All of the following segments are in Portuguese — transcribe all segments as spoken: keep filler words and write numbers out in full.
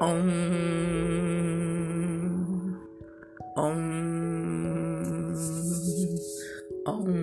Om, Om, Om.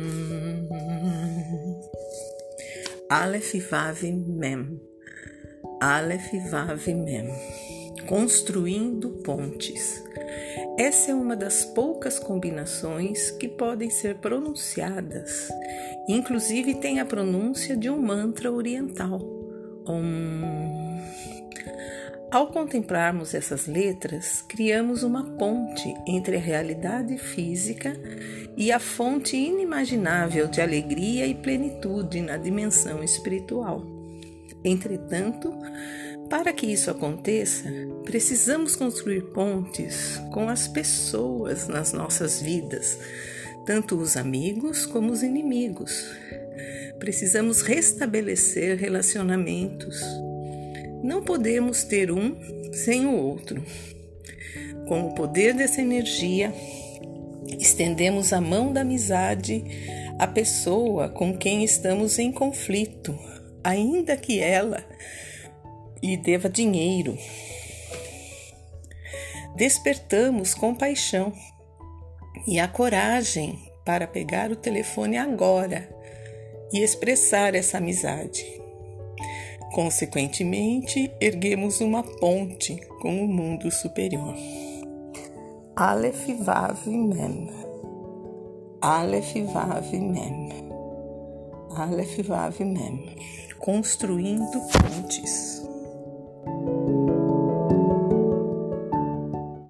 Aleph Vav Mem, Aleph Vav Mem. Construindo pontes. Essa é uma das poucas combinações que podem ser pronunciadas. Inclusive tem a pronúncia de um mantra oriental. Om. Ao contemplarmos essas letras, criamos uma ponte entre a realidade física e a fonte inimaginável de alegria e plenitude na dimensão espiritual. Entretanto, para que isso aconteça, precisamos construir pontes com as pessoas nas nossas vidas, tanto os amigos como os inimigos. Precisamos restabelecer relacionamentos. Não podemos ter um sem o outro. Com o poder dessa energia, estendemos a mão da amizade à pessoa com quem estamos em conflito, ainda que ela lhe deva dinheiro. Despertamos compaixão e a coragem para pegar o telefone agora e expressar essa amizade. Consequentemente, erguemos uma ponte com o mundo superior. Aleph Vav Mem, Aleph Vav Mem, Aleph Vav Mem. Construindo pontes.